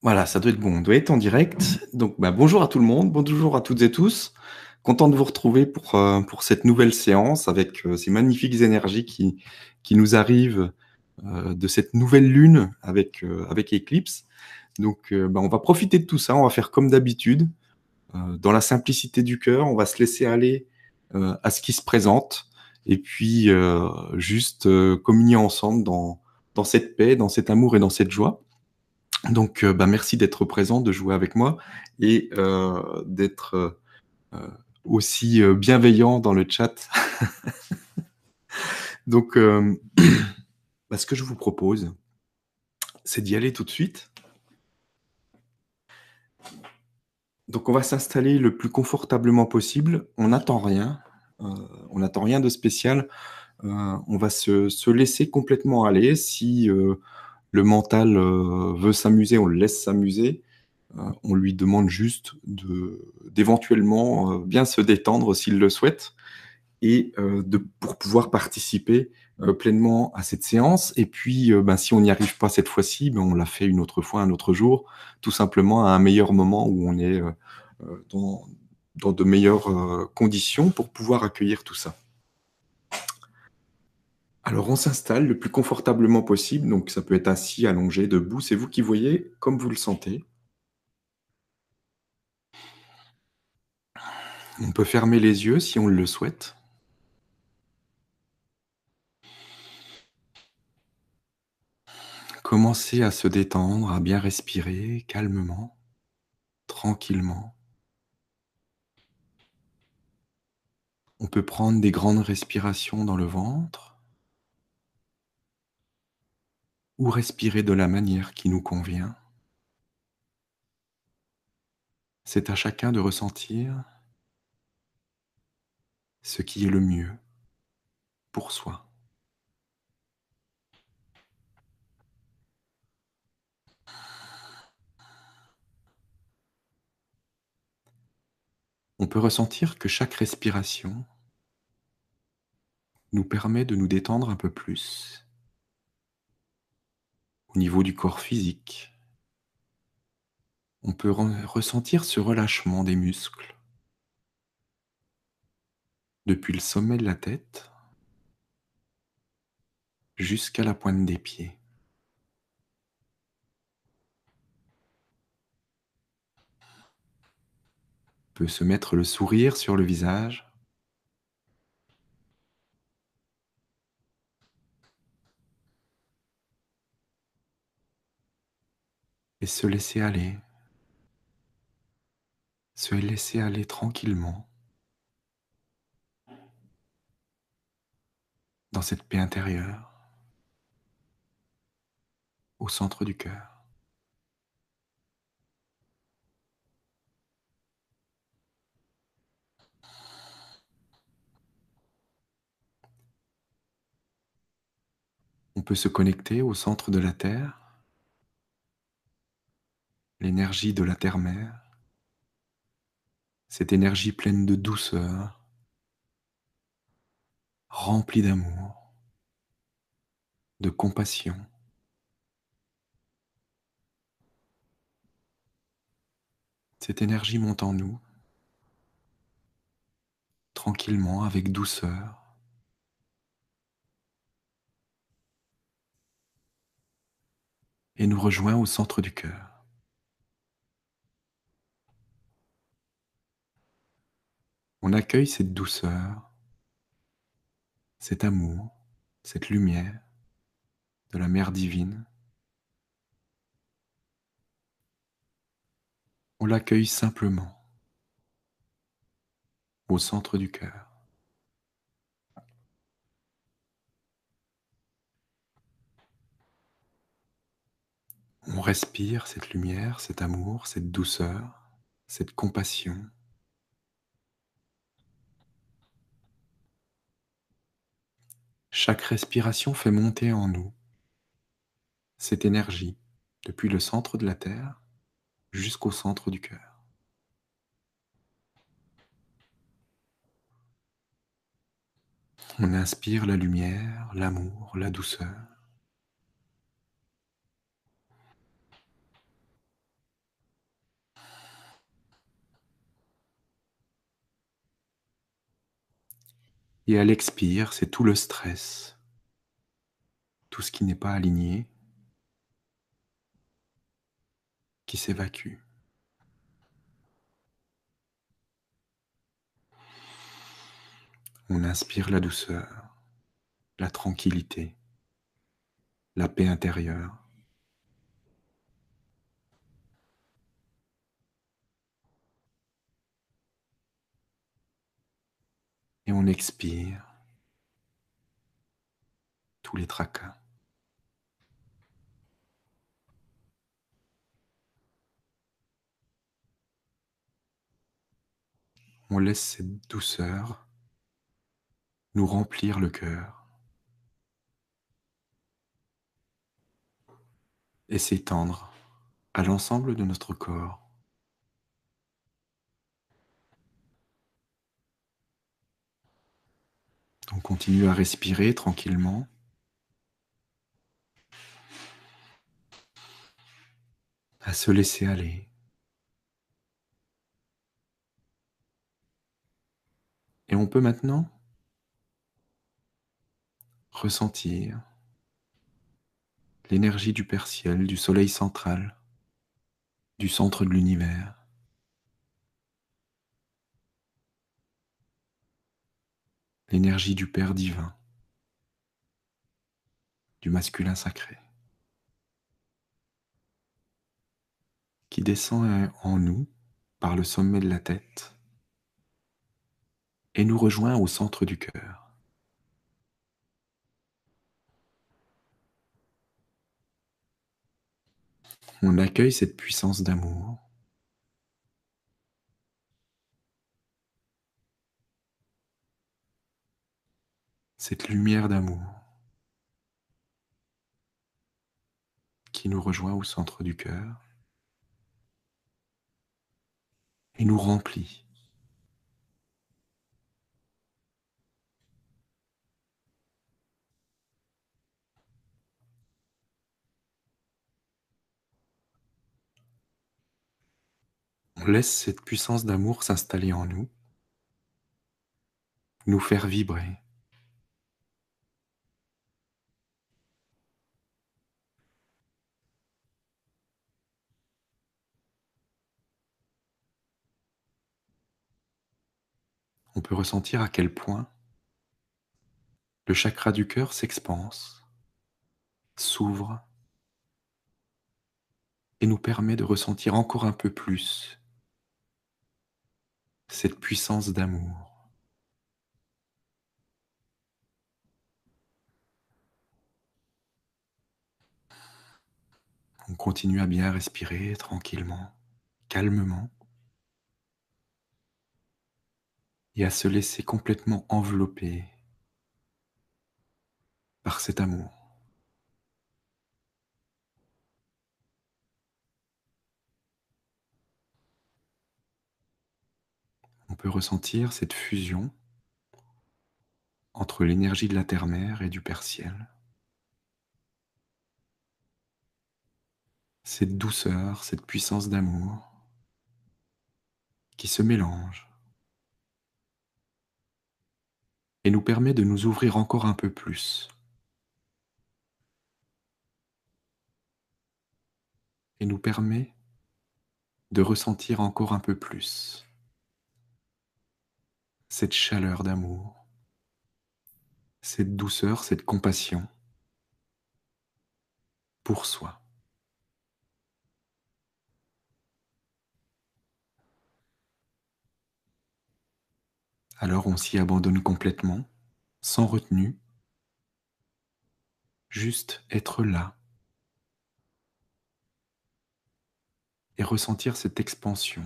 Voilà, ça doit être bon, on doit être en direct. Donc, bonjour à tout le monde, bonjour à toutes et tous. Content de vous retrouver pour cette nouvelle séance avec, ces magnifiques énergies qui nous arrivent, de cette nouvelle lune avec Eclipse. Donc, on va profiter de tout ça, on va faire comme d'habitude, dans la simplicité du cœur, on va se laisser aller, à ce qui se présente et puis, juste, communier ensemble dans cette paix, dans cet amour et dans cette joie. Donc, merci d'être présent, de jouer avec moi et d'être, aussi, bienveillant dans le chat. Donc, ce que je vous propose, c'est d'y aller tout de suite. Donc on va s'installer le plus confortablement possible. On n'attend rien, heu, on n'attend rien de spécial. On va se laisser complètement aller. Si, le mental, veut s'amuser, on le laisse s'amuser. On lui demande juste d'éventuellement, bien se détendre s'il le souhaite et pour pouvoir participer, pleinement à cette séance et puis, si on n'y arrive pas cette fois-ci, on l'a fait une autre fois, un autre jour, tout simplement à un meilleur moment où on est, dans de meilleures, conditions pour pouvoir accueillir tout ça. Alors on s'installe le plus confortablement possible, donc ça peut être assis, allongé, debout, c'est vous qui voyez comme vous le sentez. On peut fermer les yeux si on le souhaite. Commencer à se détendre, à bien respirer calmement, tranquillement. On peut prendre des grandes respirations dans le ventre ou respirer de la manière qui nous convient. C'est à chacun de ressentir ce qui est le mieux pour soi. On peut ressentir que chaque respiration nous permet de nous détendre un peu plus au niveau du corps physique. On peut ressentir ce relâchement des muscles depuis le sommet de la tête jusqu'à la pointe des pieds. On peut se mettre le sourire sur le visage et se laisser aller tranquillement dans cette paix intérieure, au centre du cœur. On peut se connecter au centre de la Terre, l'énergie de la Terre-Mère, cette énergie pleine de douceur, remplie d'amour, de compassion. Cette énergie monte en nous, tranquillement, avec douceur, et nous rejoint au centre du cœur. On accueille cette douceur, cet amour, cette lumière de la Mère divine. On l'accueille simplement au centre du cœur. On respire cette lumière, cet amour, cette douceur, cette compassion. Chaque respiration fait monter en nous cette énergie depuis le centre de la Terre jusqu'au centre du cœur. On inspire la lumière, l'amour, la douceur. Et à l'expire, c'est tout le stress, tout ce qui n'est pas aligné, qui s'évacue. On inspire la douceur, la tranquillité, la paix intérieure. Et on expire tous les tracas. On laisse cette douceur nous remplir le cœur et s'étendre à l'ensemble de notre corps. On continue à respirer tranquillement, à se laisser aller. Et on peut maintenant ressentir l'énergie du Père Ciel, du Soleil central, du centre de l'univers, l'énergie du Père divin, du masculin sacré, qui descend en nous par le sommet de la tête et nous rejoint au centre du cœur. On accueille cette puissance d'amour, cette lumière d'amour qui nous rejoint au centre du cœur et nous remplit. On laisse cette puissance d'amour s'installer en nous, nous faire vibrer. On peut ressentir à quel point le chakra du cœur s'expanse, s'ouvre et nous permet de ressentir encore un peu plus cette puissance d'amour. On continue à bien respirer tranquillement, calmement, et à se laisser complètement envelopper par cet amour. On peut ressentir cette fusion entre l'énergie de la terre-mère et du Père Ciel. Cette douceur, cette puissance d'amour qui se mélange et nous permet de nous ouvrir encore un peu plus et nous permet de ressentir encore un peu plus cette chaleur d'amour, cette douceur, cette compassion pour soi. Alors on s'y abandonne complètement, sans retenue, juste être là et ressentir cette expansion,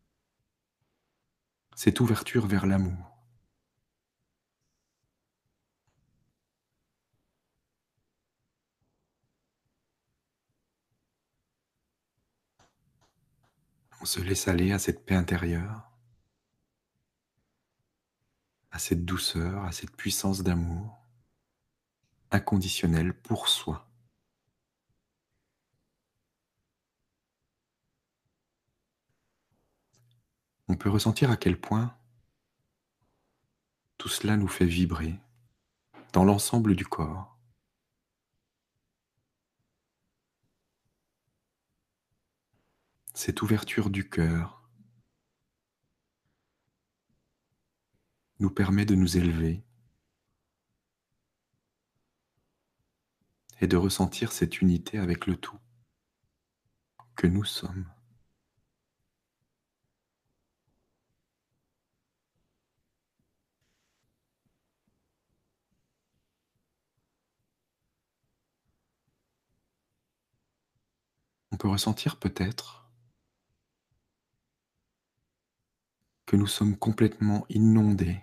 cette ouverture vers l'amour. On se laisse aller à cette paix intérieure, à cette douceur, à cette puissance d'amour inconditionnelle pour soi. On peut ressentir à quel point Tout cela nous fait vibrer dans l'ensemble du corps. Cette ouverture du cœur nous permet de nous élever et de ressentir cette unité avec le tout que nous sommes. On peut ressentir peut-être que nous sommes complètement inondés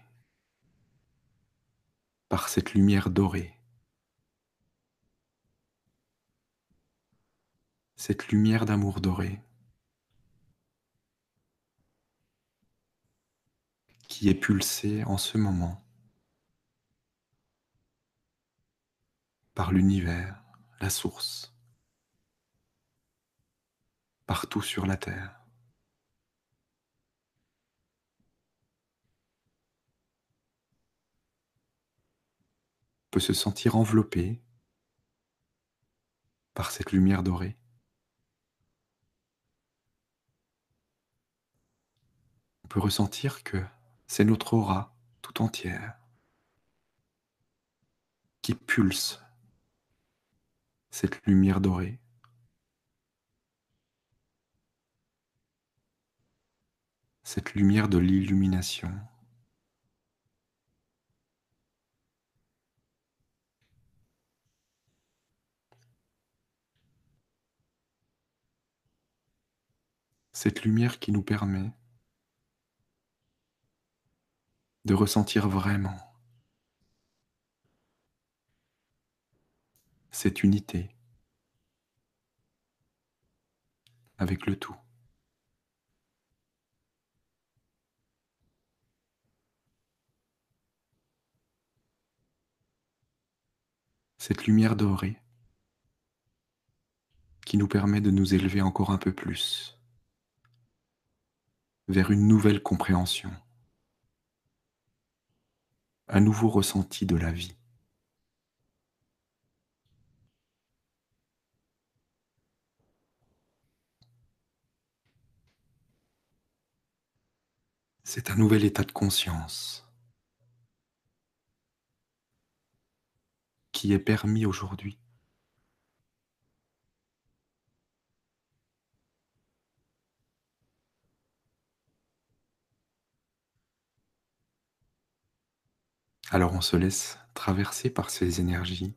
par cette lumière dorée, cette lumière d'amour doré qui est pulsée en ce moment par l'univers, la source, partout sur la Terre. On peut se sentir enveloppé par cette lumière dorée. On peut ressentir que c'est notre aura tout entière qui pulse cette lumière dorée, cette lumière de l'illumination. Cette lumière qui nous permet de ressentir vraiment cette unité avec le tout. Cette lumière dorée qui nous permet de nous élever encore un peu plus vers une nouvelle compréhension, un nouveau ressenti de la vie. C'est un nouvel état de conscience qui est permis aujourd'hui. Alors on se laisse traverser par ces énergies,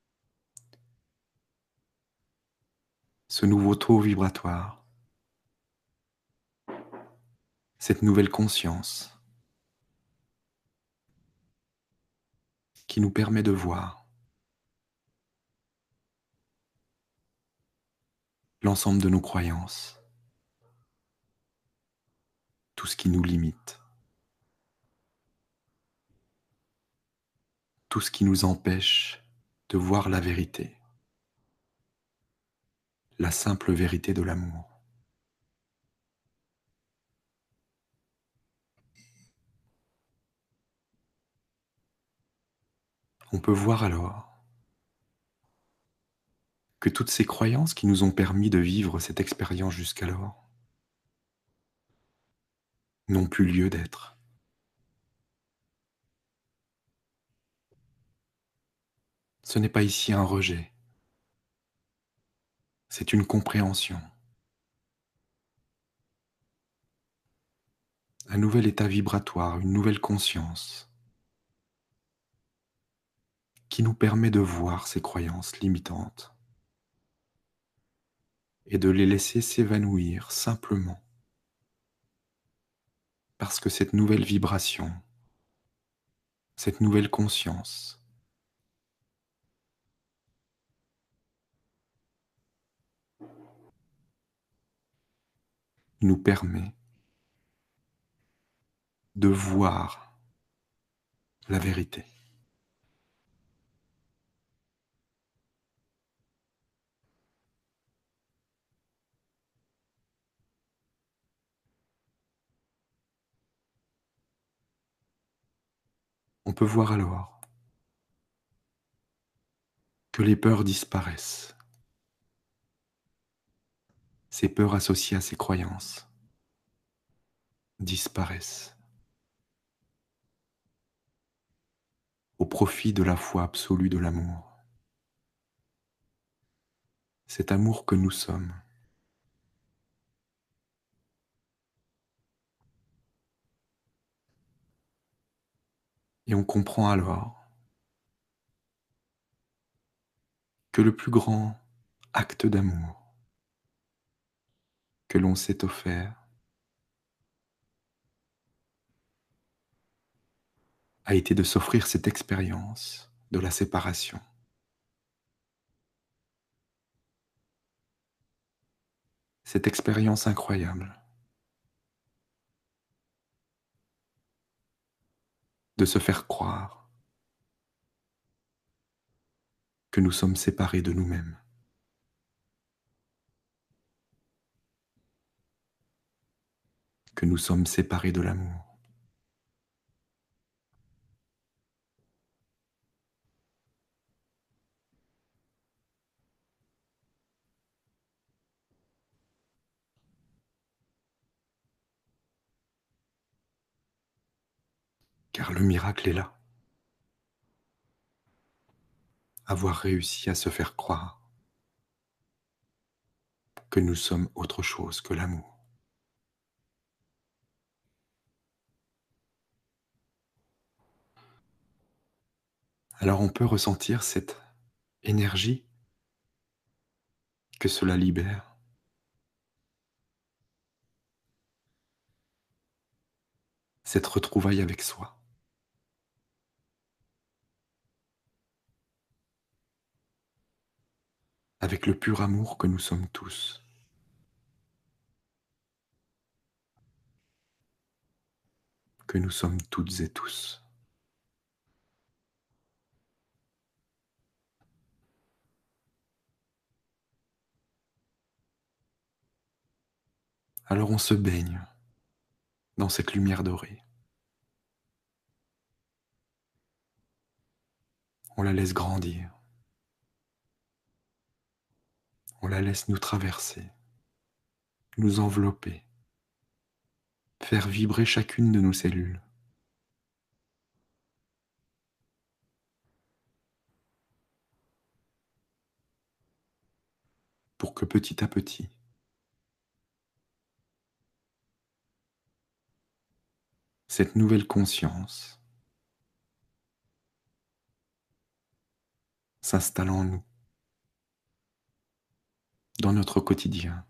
ce nouveau taux vibratoire, cette nouvelle conscience qui nous permet de voir l'ensemble de nos croyances, tout ce qui nous limite, tout ce qui nous empêche de voir la vérité, la simple vérité de l'amour. On peut voir alors que toutes ces croyances qui nous ont permis de vivre cette expérience jusqu'alors n'ont plus lieu d'être. Ce n'est pas ici un rejet, c'est une compréhension, un nouvel état vibratoire, une nouvelle conscience qui nous permet de voir ces croyances limitantes et de les laisser s'évanouir simplement parce que cette nouvelle vibration, cette nouvelle conscience nous permet de voir la vérité. On peut voir alors que les peurs disparaissent, ces peurs associées à ces croyances disparaissent au profit de la foi absolue de l'amour. Cet amour que nous sommes. Et on comprend alors que le plus grand acte d'amour que l'on s'est offert a été de s'offrir cette expérience de la séparation. Cette expérience incroyable de se faire croire que nous sommes séparés de nous-mêmes, que nous sommes séparés de l'amour. Car le miracle est là, avoir réussi à se faire croire que nous sommes autre chose que l'amour. Alors on peut ressentir cette énergie que cela libère, cette retrouvaille avec soi, avec le pur amour que nous sommes tous. Que nous sommes toutes et tous. Alors on se baigne dans cette lumière dorée. On la laisse grandir. On la laisse nous traverser, nous envelopper, faire vibrer chacune de nos cellules. Pour que petit à petit, cette nouvelle conscience s'installe en nous, dans notre quotidien,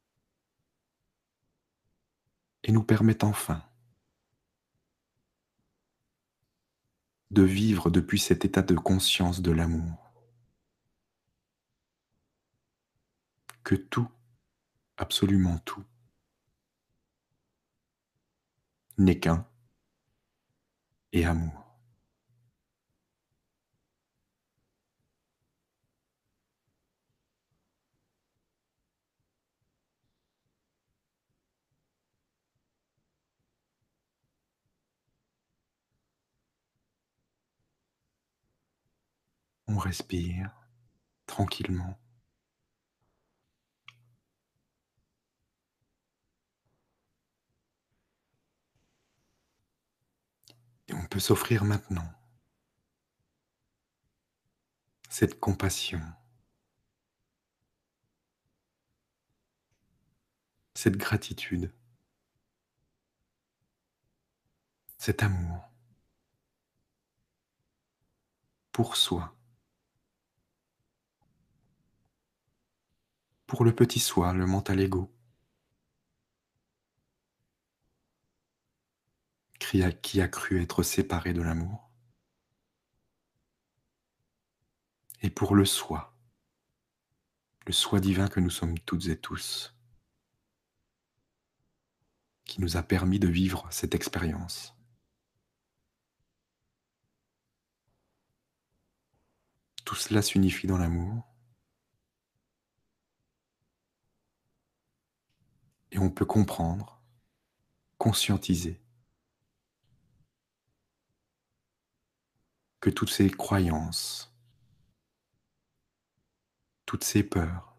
et nous permette enfin de vivre depuis cet état de conscience de l'amour, que tout, absolument tout, n'est qu'un et amour. On respire tranquillement et on peut s'offrir maintenant cette compassion, cette gratitude, cet amour pour soi, pour le petit soi, le mental ego, qui a cru être séparé de l'amour, et pour le soi divin que nous sommes toutes et tous, qui nous a permis de vivre cette expérience. Tout cela s'unifie dans l'amour, et on peut comprendre, conscientiser, que toutes ces croyances, toutes ces peurs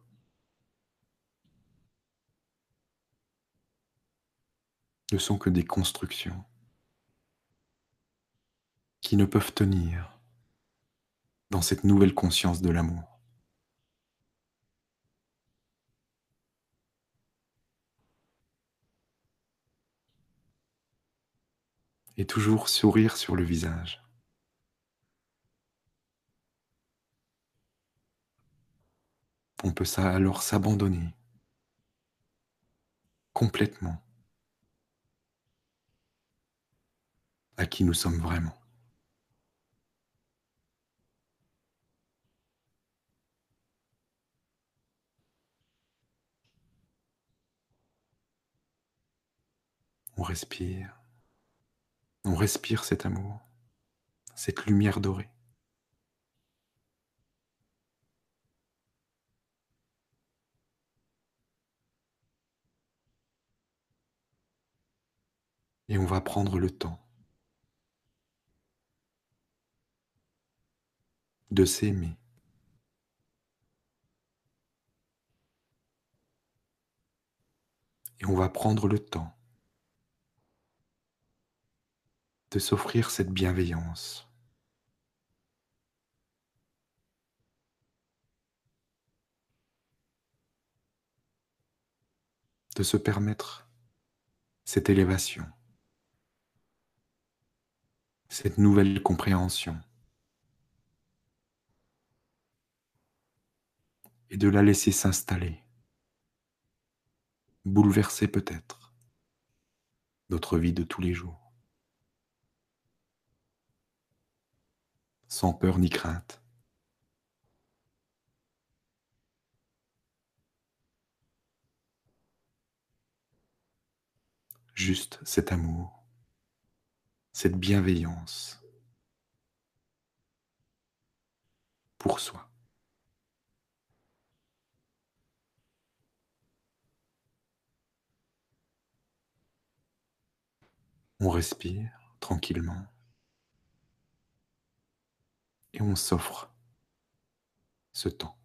ne sont que des constructions qui ne peuvent tenir dans cette nouvelle conscience de l'amour. Et toujours sourire sur le visage. On peut alors s'abandonner complètement à qui nous sommes vraiment. On respire cet amour, cette lumière dorée. Et on va prendre le temps de s'aimer. Et on va prendre le temps de s'offrir cette bienveillance, de se permettre cette élévation, cette nouvelle compréhension, et de la laisser s'installer, bouleverser peut-être notre vie de tous les jours, sans peur ni crainte, juste cet amour, cette bienveillance pour soi. On respire tranquillement et on s'offre ce temps.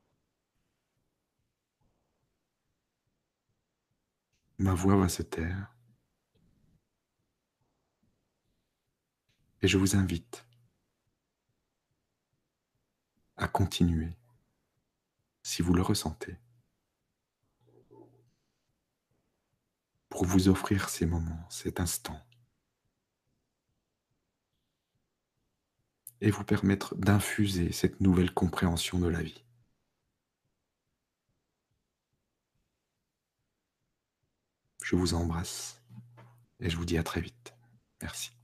Ma voix va se taire et je vous invite à continuer, si vous le ressentez, pour vous offrir ces moments, cet instant, et vous permettre d'infuser cette nouvelle compréhension de la vie. Je vous embrasse et je vous dis à très vite. Merci.